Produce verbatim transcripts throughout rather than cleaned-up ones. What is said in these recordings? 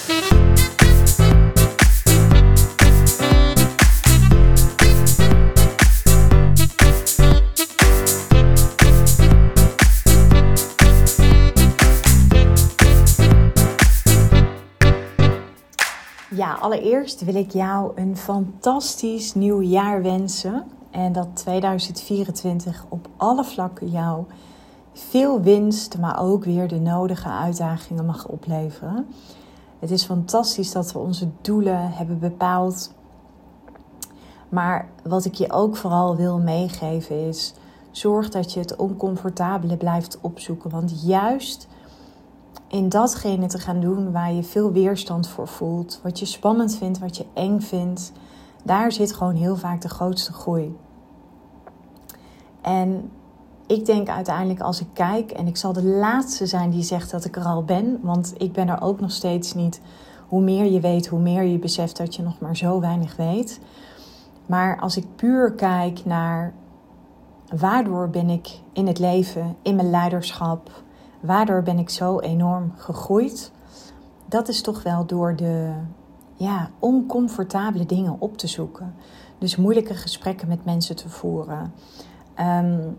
Ja, allereerst wil ik jou een fantastisch nieuw jaar wensen. En dat tweeduizend vierentwintig op alle vlakken jou veel winst, maar ook weer de nodige uitdagingen mag opleveren. Het is fantastisch dat we onze doelen hebben bepaald. Maar wat ik je ook vooral wil meegeven is, zorg dat je het oncomfortabele blijft opzoeken. Want juist in datgene te gaan doen waar je veel weerstand voor voelt, wat je spannend vindt, wat je eng vindt, daar zit gewoon heel vaak de grootste groei. En ik denk uiteindelijk als ik kijk, en ik zal de laatste zijn die zegt dat ik er al ben, want ik ben er ook nog steeds niet. Hoe meer je weet, hoe meer je beseft dat je nog maar zo weinig weet. Maar als ik puur kijk naar waardoor ben ik in het leven, in mijn leiderschap, waardoor ben ik zo enorm gegroeid, dat is toch wel door de ja, oncomfortabele dingen op te zoeken. Dus moeilijke gesprekken met mensen te voeren. Um,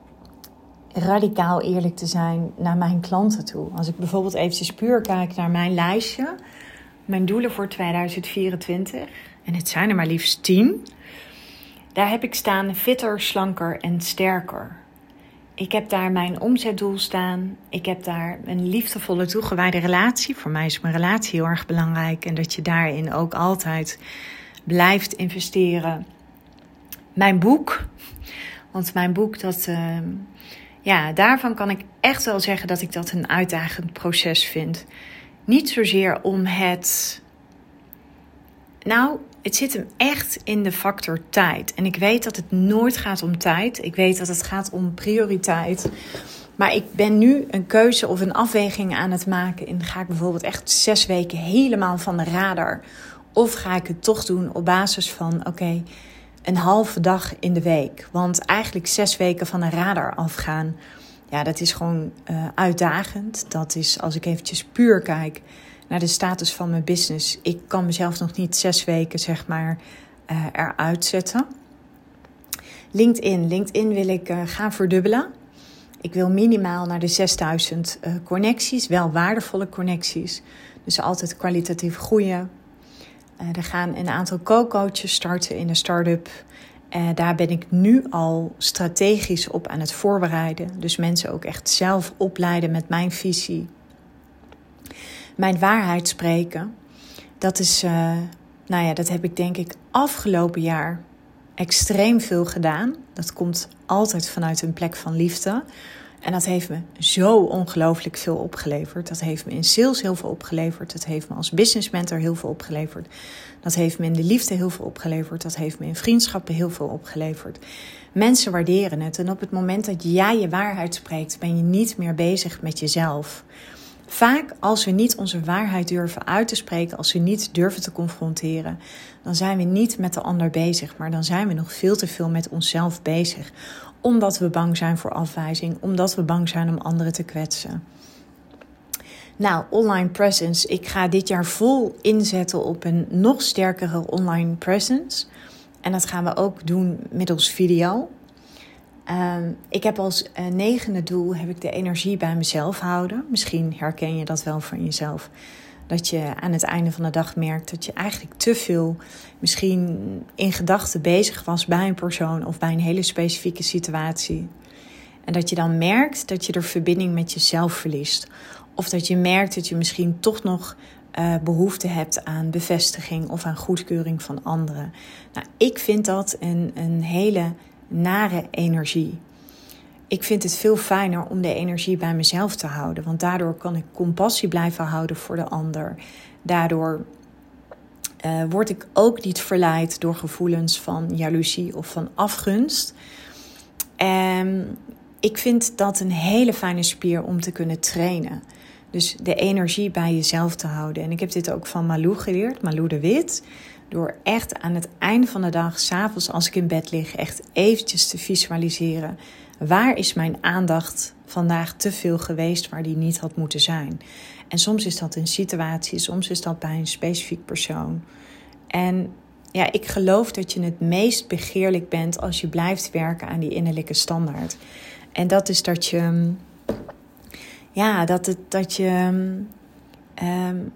radicaal eerlijk te zijn naar mijn klanten toe. Als ik bijvoorbeeld eventjes puur kijk naar mijn lijstje, mijn doelen voor tweeduizend vierentwintig, en het zijn er maar liefst tien, daar heb ik staan fitter, slanker en sterker. Ik heb daar mijn omzetdoel staan. Ik heb daar een liefdevolle, toegewijde relatie. Voor mij is mijn relatie heel erg belangrijk. En dat je daarin ook altijd blijft investeren. Mijn boek. Want mijn boek, dat, uh, ja, daarvan kan ik echt wel zeggen dat ik dat een uitdagend proces vind. Niet zozeer om het... Nou, het zit hem echt in de factor tijd. En ik weet dat het nooit gaat om tijd. Ik weet dat het gaat om prioriteit. Maar ik ben nu een keuze of een afweging aan het maken. En ga ik bijvoorbeeld echt zes weken helemaal van de radar? Of ga ik het toch doen op basis van, oké, okay, een halve dag in de week? Want eigenlijk zes weken van de radar afgaan, ja, dat is gewoon uh, uitdagend. Dat is, als ik eventjes puur kijk naar de status van mijn business. Ik kan mezelf nog niet zes weken, zeg maar, uh, eruit zetten. LinkedIn. LinkedIn wil ik uh, gaan verdubbelen. Ik wil minimaal naar de zesduizend uh, connecties. Wel waardevolle connecties. Dus altijd kwalitatief groeien. Uh, er gaan een aantal co-coaches starten in een start-up. Uh, daar ben ik nu al strategisch op aan het voorbereiden. Dus mensen ook echt zelf opleiden met mijn visie. Mijn waarheid spreken, dat is, uh, nou ja, dat heb ik denk ik afgelopen jaar extreem veel gedaan. Dat komt altijd vanuit een plek van liefde. En dat heeft me zo ongelooflijk veel opgeleverd. Dat heeft me in sales heel veel opgeleverd. Dat heeft me als business mentor heel veel opgeleverd. Dat heeft me in de liefde heel veel opgeleverd. Dat heeft me in vriendschappen heel veel opgeleverd. Mensen waarderen het. En op het moment dat jij je waarheid spreekt, ben je niet meer bezig met jezelf. Vaak als we niet onze waarheid durven uit te spreken, als we niet durven te confronteren, dan zijn we niet met de ander bezig, maar dan zijn we nog veel te veel met onszelf bezig. Omdat we bang zijn voor afwijzing, omdat we bang zijn om anderen te kwetsen. Nou, online presence. Ik ga dit jaar vol inzetten op een nog sterkere online presence. En dat gaan we ook doen middels video. Um, ik heb als uh, negende doel heb ik de energie bij mezelf houden. Misschien herken je dat wel van jezelf. Dat je aan het einde van de dag merkt dat je eigenlijk te veel misschien in gedachten bezig was bij een persoon of bij een hele specifieke situatie. En dat je dan merkt dat je de verbinding met jezelf verliest. Of dat je merkt dat je misschien toch nog uh, behoefte hebt aan bevestiging of aan goedkeuring van anderen. Nou, ik vind dat een, een hele nare energie. Ik vind het veel fijner om de energie bij mezelf te houden. Want daardoor kan ik compassie blijven houden voor de ander. Daardoor uh, word ik ook niet verleid door gevoelens van jaloezie of van afgunst. En ik vind dat een hele fijne spier om te kunnen trainen. Dus de energie bij jezelf te houden. En ik heb dit ook van Malou geleerd, Malou de Wit. Door echt aan het einde van de dag, 's avonds als ik in bed lig, echt eventjes te visualiseren. Waar is mijn aandacht vandaag te veel geweest waar die niet had moeten zijn? En soms is dat een situatie, soms is dat bij een specifiek persoon. En ja, ik geloof dat je het meest begeerlijk bent als je blijft werken aan die innerlijke standaard. En dat is dat je, ja, dat het, dat je um,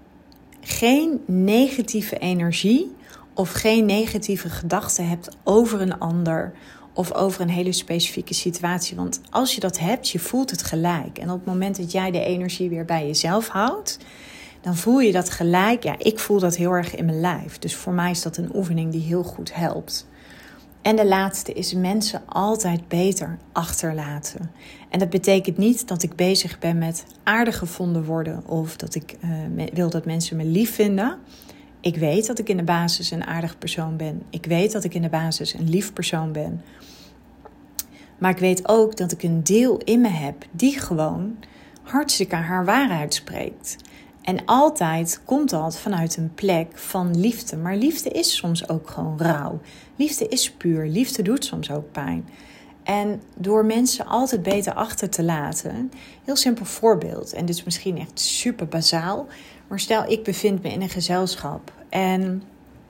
geen negatieve energie of geen negatieve gedachten hebt over een ander of over een hele specifieke situatie. Want als je dat hebt, je voelt het gelijk. En op het moment dat jij de energie weer bij jezelf houdt, dan voel je dat gelijk. Ja, ik voel dat heel erg in mijn lijf. Dus voor mij is dat een oefening die heel goed helpt. En de laatste is mensen altijd beter achterlaten. En dat betekent niet dat ik bezig ben met aardig gevonden worden of dat ik uh, wil dat mensen me lief vinden. Ik weet dat ik in de basis een aardig persoon ben. Ik weet dat ik in de basis een lief persoon ben. Maar ik weet ook dat ik een deel in me heb die gewoon hartstikke haar waarheid spreekt. En altijd komt dat vanuit een plek van liefde. Maar liefde is soms ook gewoon rauw. Liefde is puur. Liefde doet soms ook pijn. En door mensen altijd beter achter te laten. Heel simpel voorbeeld. En dit is misschien echt super bazaal. Maar stel, ik bevind me in een gezelschap. En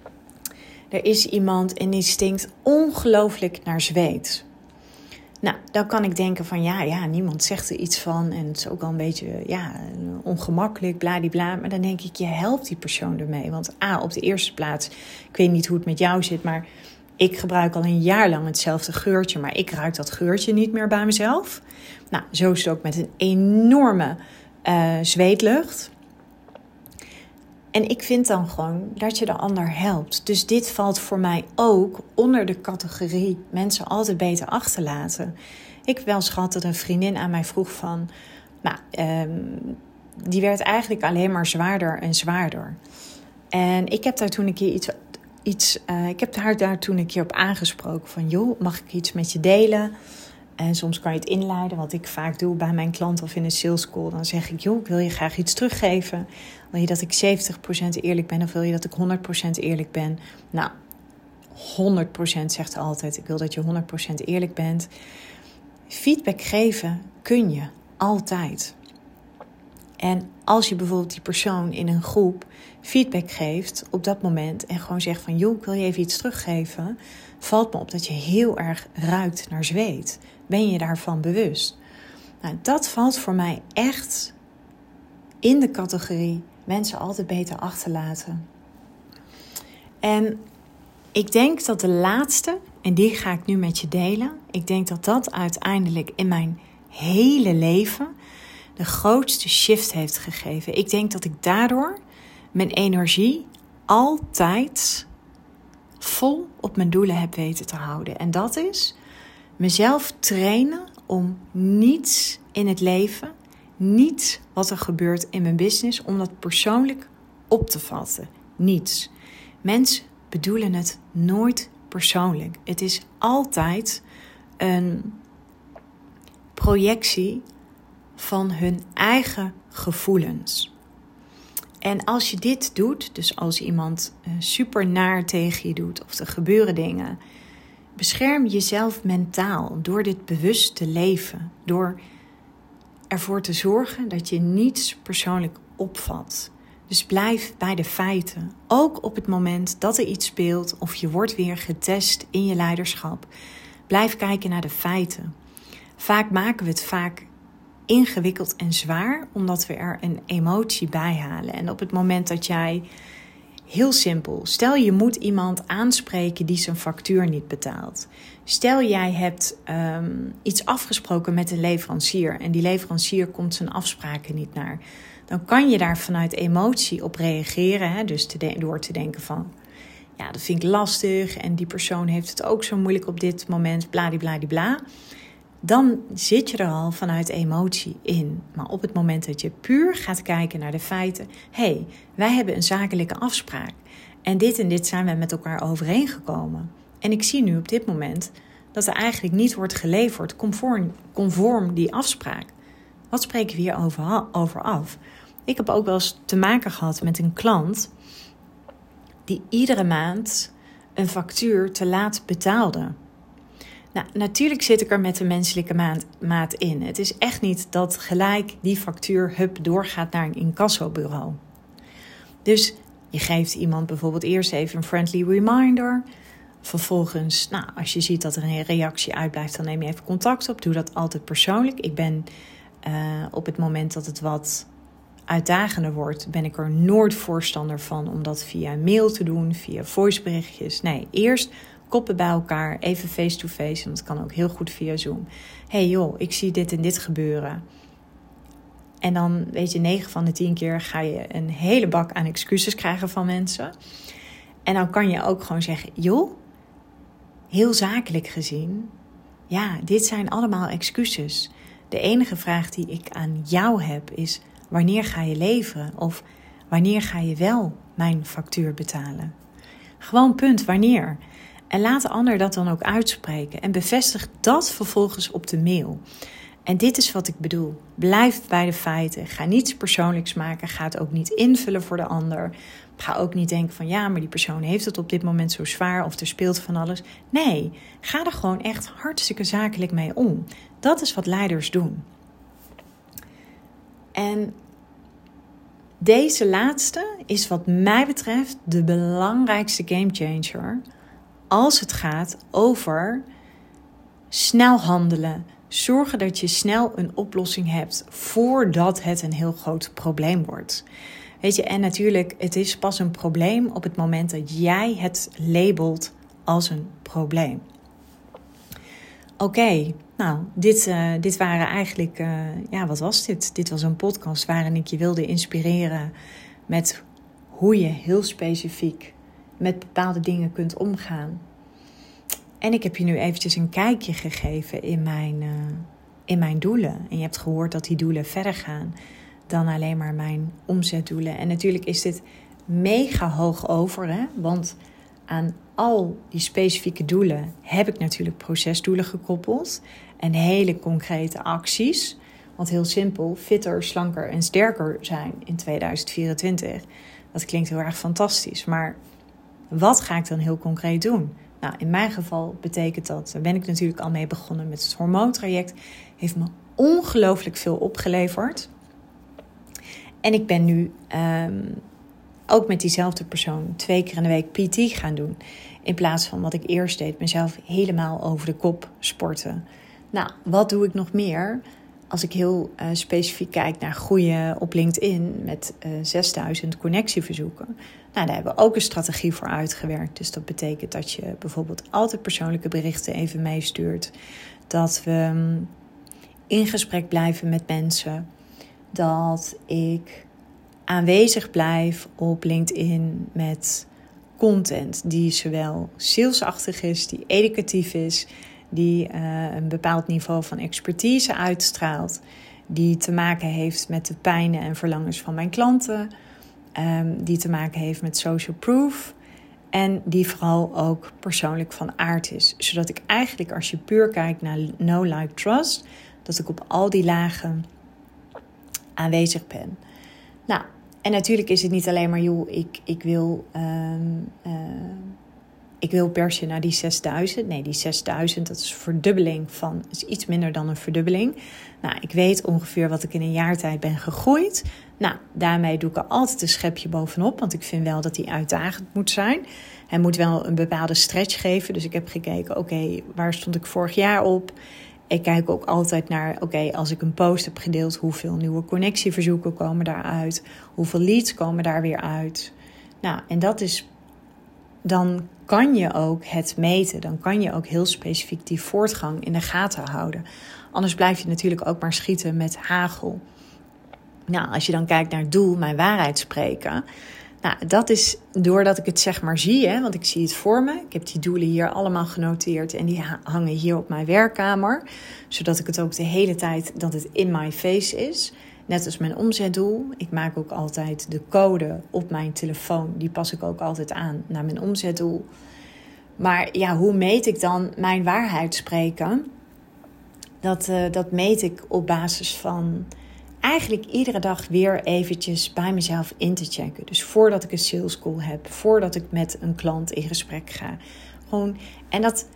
er is iemand en die stinkt ongelooflijk naar zweet. Nou, dan kan ik denken van ja, ja, niemand zegt er iets van. En het is ook wel een beetje ja, ongemakkelijk, bladibla. Maar dan denk ik, je helpt die persoon ermee. Want A, op de eerste plaats, ik weet niet hoe het met jou zit, maar ik gebruik al een jaar lang hetzelfde geurtje. Maar ik ruik dat geurtje niet meer bij mezelf. Nou, zo is het ook met een enorme uh, zweetlucht. En ik vind dan gewoon dat je de ander helpt. Dus dit valt voor mij ook onder de categorie mensen altijd beter achterlaten. Ik heb wel eens gehad dat een vriendin aan mij vroeg van, nou, um, die werd eigenlijk alleen maar zwaarder en zwaarder. En ik heb daar toen een keer iets, iets uh, ik heb haar daar toen een keer op aangesproken van, joh, mag ik iets met je delen? En soms kan je het inleiden, wat ik vaak doe bij mijn klanten of in een sales call. Dan zeg ik, joh, ik wil je graag iets teruggeven. Wil je dat ik zeventig procent eerlijk ben of wil je dat ik honderd procent eerlijk ben? Nou, honderd procent zegt altijd, ik wil dat je honderd procent eerlijk bent. Feedback geven kun je altijd. En als je bijvoorbeeld die persoon in een groep feedback geeft op dat moment en gewoon zegt van, joh, ik wil je even iets teruggeven, valt me op dat je heel erg ruikt naar zweet. Ben je daarvan bewust? Nou, dat valt voor mij echt in de categorie mensen altijd beter achterlaten. En ik denk dat de laatste, en die ga ik nu met je delen, ik denk dat dat uiteindelijk in mijn hele leven de grootste shift heeft gegeven. Ik denk dat ik daardoor mijn energie altijd vol op mijn doelen heb weten te houden. En dat is mezelf trainen om niets in het leven, niets wat er gebeurt in mijn business, om dat persoonlijk op te vatten. Niets. Mensen bedoelen het nooit persoonlijk. Het is altijd een projectie van hun eigen gevoelens. En als je dit doet, dus als iemand super naar tegen je doet of er gebeuren dingen, bescherm jezelf mentaal door dit bewust te leven. Door ervoor te zorgen dat je niets persoonlijk opvat. Dus blijf bij de feiten. Ook op het moment dat er iets speelt of je wordt weer getest in je leiderschap. Blijf kijken naar de feiten. Vaak maken we het vaak ingewikkeld en zwaar, omdat we er een emotie bij halen. En op het moment dat jij, heel simpel, stel je moet iemand aanspreken die zijn factuur niet betaalt. Stel jij hebt um, iets afgesproken met een leverancier en die leverancier komt zijn afspraken niet naar. Dan kan je daar vanuit emotie op reageren. Hè? Dus te de- door te denken van, ja, dat vind ik lastig en die persoon heeft het ook zo moeilijk op dit moment, bladibladibla. Dan zit je er al vanuit emotie in. Maar op het moment dat je puur gaat kijken naar de feiten, hé, hey, wij hebben een zakelijke afspraak. En dit en dit zijn we met elkaar overeengekomen. En ik zie nu op dit moment dat er eigenlijk niet wordt geleverd conform, conform die afspraak. Wat spreken we hier over, over af? Ik heb ook wel eens te maken gehad met een klant die iedere maand een factuur te laat betaalde. Nou, natuurlijk zit ik er met de menselijke maat, maat in. Het is echt niet dat gelijk die factuur hup doorgaat naar een incassobureau. Dus je geeft iemand bijvoorbeeld eerst even een friendly reminder. Vervolgens, nou, als je ziet dat er een reactie uitblijft, dan neem je even contact op. Doe dat altijd persoonlijk. Ik ben uh, op het moment dat het wat uitdagender wordt, ben ik er nooit voorstander van om dat via mail te doen, via voiceberichtjes. Nee, eerst koppen bij elkaar, even face-to-face. En dat kan ook heel goed via Zoom. Hey joh, ik zie dit en dit gebeuren. En dan, weet je, negen van de tien keer ga je een hele bak aan excuses krijgen van mensen. En dan kan je ook gewoon zeggen, joh, heel zakelijk gezien, ja, dit zijn allemaal excuses. De enige vraag die ik aan jou heb is, wanneer ga je leveren? Of wanneer ga je wel mijn factuur betalen? Gewoon punt, wanneer? En laat de ander dat dan ook uitspreken. En bevestig dat vervolgens op de mail. En dit is wat ik bedoel. Blijf bij de feiten. Ga niets persoonlijks maken. Ga het ook niet invullen voor de ander. Ga ook niet denken van ja, maar die persoon heeft het op dit moment zo zwaar of er speelt van alles. Nee, ga er gewoon echt hartstikke zakelijk mee om. Dat is wat leiders doen. En deze laatste is wat mij betreft de belangrijkste gamechanger als het gaat over snel handelen. Zorgen dat je snel een oplossing hebt voordat het een heel groot probleem wordt. Weet je, en natuurlijk, het is pas een probleem op het moment dat jij het labelt als een probleem. Oké, okay, nou, dit, uh, dit waren eigenlijk, uh, ja, wat was dit? Dit was een podcast waarin ik je wilde inspireren met hoe je heel specifiek met bepaalde dingen kunt omgaan. En ik heb je nu eventjes een kijkje gegeven in mijn, uh, in mijn doelen. En je hebt gehoord dat die doelen verder gaan dan alleen maar mijn omzetdoelen. En natuurlijk is dit mega hoog over, hè? Want aan al die specifieke doelen heb ik natuurlijk procesdoelen gekoppeld. En hele concrete acties. Want heel simpel, fitter, slanker en sterker zijn in tweeduizend vierentwintig. Dat klinkt heel erg fantastisch. Maar wat ga ik dan heel concreet doen? Nou, in mijn geval betekent dat, daar ben ik natuurlijk al mee begonnen met het hormoontraject. Heeft me ongelooflijk veel opgeleverd. En ik ben nu um, ook met diezelfde persoon twee keer in de week P T gaan doen. In plaats van wat ik eerst deed, mezelf helemaal over de kop sporten. Nou, wat doe ik nog meer? Als ik heel uh, specifiek kijk naar groeien op LinkedIn met uh, zesduizend connectieverzoeken. Nou, daar hebben we ook een strategie voor uitgewerkt. Dus dat betekent dat je bijvoorbeeld altijd persoonlijke berichten even meestuurt. Dat we um, in gesprek blijven met mensen. Dat ik aanwezig blijf op LinkedIn met content die zowel salesachtig is, die educatief is, die uh, een bepaald niveau van expertise uitstraalt, die te maken heeft met de pijnen en verlangens van mijn klanten, um, die te maken heeft met social proof en die vooral ook persoonlijk van aard is. Zodat ik eigenlijk, als je puur kijkt naar know, like, trust, dat ik op al die lagen aanwezig ben. Nou, en natuurlijk is het niet alleen maar, joh, ik, ik wil... Um, uh, Ik wil per se naar die zesduizend. Nee, die zesduizend, dat is een verdubbeling van... is iets minder dan een verdubbeling. Nou, ik weet ongeveer wat ik in een jaar tijd ben gegroeid. Nou, daarmee doe ik er altijd een schepje bovenop. Want ik vind wel dat die uitdagend moet zijn. Hij moet wel een bepaalde stretch geven. Dus ik heb gekeken, oké, okay, waar stond ik vorig jaar op? Ik kijk ook altijd naar, oké, okay, als ik een post heb gedeeld... hoeveel nieuwe connectieverzoeken komen daaruit? Hoeveel leads komen daar weer uit? Nou, en dat is... dan kan je ook het meten. Dan kan je ook heel specifiek die voortgang in de gaten houden. Anders blijf je natuurlijk ook maar schieten met hagel. Nou, als je dan kijkt naar het doel, mijn waarheid spreken. Nou, dat is doordat ik het zeg maar zie, hè, want ik zie het voor me. Ik heb die doelen hier allemaal genoteerd en die hangen hier op mijn werkkamer. Zodat ik het ook de hele tijd, dat het in my face is. Net als mijn omzetdoel. Ik maak ook altijd de code op mijn telefoon. Die pas ik ook altijd aan naar mijn omzetdoel. Maar ja, hoe meet ik dan mijn waarheid spreken? Dat, uh, dat meet ik op basis van eigenlijk iedere dag weer eventjes bij mezelf in te checken. Dus voordat ik een sales call heb. Voordat ik met een klant in gesprek ga. Gewoon, en dat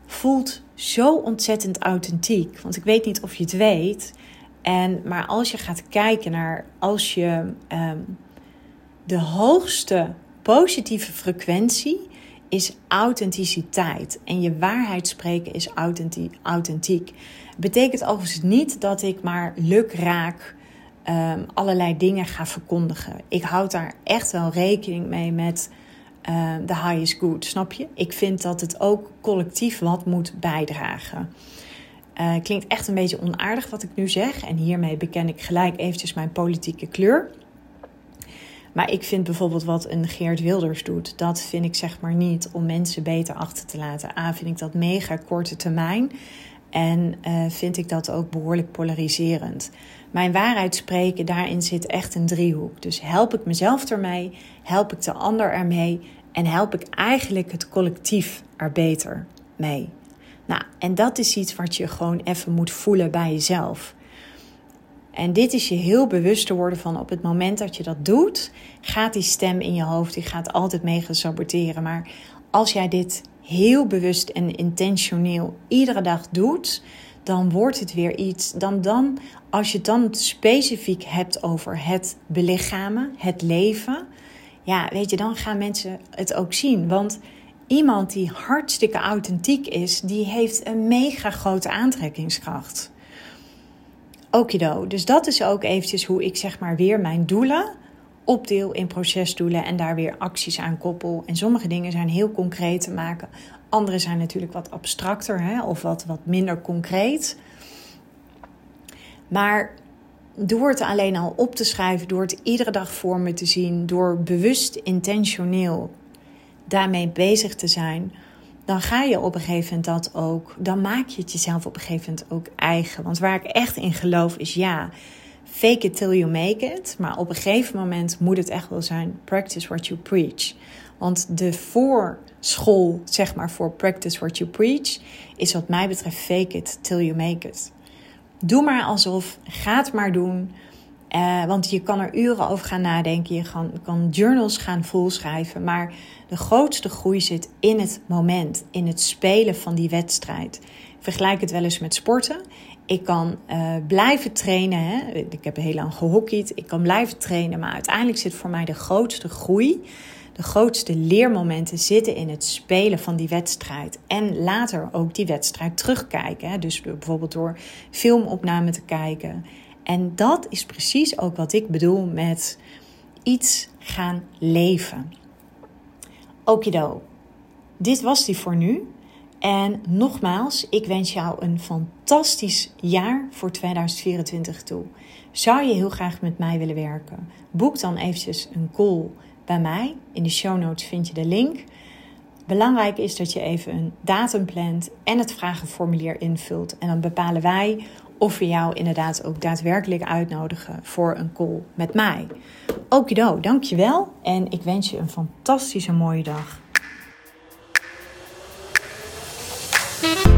voelt zo ontzettend authentiek. Want ik weet niet of je het weet. En, maar als je gaat kijken naar als je um, de hoogste positieve frequentie is authenticiteit. En je waarheid spreken is authentiek. Betekent overigens niet dat ik maar lukraak um, allerlei dingen ga verkondigen. Ik houd daar echt wel rekening mee met de uh, highest good, snap je? Ik vind dat het ook collectief wat moet bijdragen. Uh, klinkt echt een beetje onaardig wat ik nu zeg. En hiermee beken ik gelijk eventjes mijn politieke kleur. Maar ik vind bijvoorbeeld wat een Geert Wilders doet, dat vind ik zeg maar niet om mensen beter achter te laten. A, vind ik dat mega korte termijn. En uh, vind ik dat ook behoorlijk polariserend. Mijn waarheid spreken, daarin zit echt een driehoek. Dus help ik mezelf ermee, help ik de ander ermee en help ik eigenlijk het collectief er beter mee. Nou, en dat is iets wat je gewoon even moet voelen bij jezelf. En dit is je heel bewust te worden van op het moment dat je dat doet, gaat die stem in je hoofd, die gaat altijd mee gaan saboteren. Maar als jij dit heel bewust en intentioneel iedere dag doet, dan wordt het weer iets. Dan, dan, als je het dan specifiek hebt over het belichamen, het leven, ja, weet je, dan gaan mensen het ook zien. Want iemand die hartstikke authentiek is, die heeft een mega grote aantrekkingskracht. Okido. Dus dat is ook eventjes hoe ik zeg maar weer mijn doelen opdeel in procesdoelen en daar weer acties aan koppel. En sommige dingen zijn heel concreet te maken. Andere zijn natuurlijk wat abstracter, hè, of wat, wat minder concreet. Maar door het alleen al op te schrijven, door het iedere dag voor me te zien, door bewust intentioneel daarmee bezig te zijn, dan ga je op een gegeven moment dat ook, dan maak je het jezelf op een gegeven moment ook eigen. Want waar ik echt in geloof is ja, fake it till you make it. Maar op een gegeven moment moet het echt wel zijn, practice what you preach. Want de voorschool, zeg maar, voor practice what you preach, is wat mij betreft fake it till you make it. Doe maar alsof, ga het maar doen. Uh, want je kan er uren over gaan nadenken. Je kan, kan journals gaan volschrijven. Maar de grootste groei zit in het moment. In het spelen van die wedstrijd. Ik vergelijk het wel eens met sporten. Ik kan uh, blijven trainen. Hè? Ik heb heel lang gehockeyd. Ik kan blijven trainen. Maar uiteindelijk zit voor mij de grootste groei. De grootste leermomenten zitten in het spelen van die wedstrijd. En later ook die wedstrijd terugkijken. Hè? Dus bijvoorbeeld door filmopnamen te kijken. En dat is precies ook wat ik bedoel met iets gaan leven. Okido, dit was die voor nu. En nogmaals, ik wens jou een fantastisch jaar voor tweeduizend vierentwintig toe. Zou je heel graag met mij willen werken? Boek dan eventjes een call bij mij. In de show notes vind je de link. Belangrijk is dat je even een datum plant en het vragenformulier invult. En dan bepalen wij of we jou inderdaad ook daadwerkelijk uitnodigen voor een call met mij. Okido, dankjewel en ik wens je een fantastische mooie dag.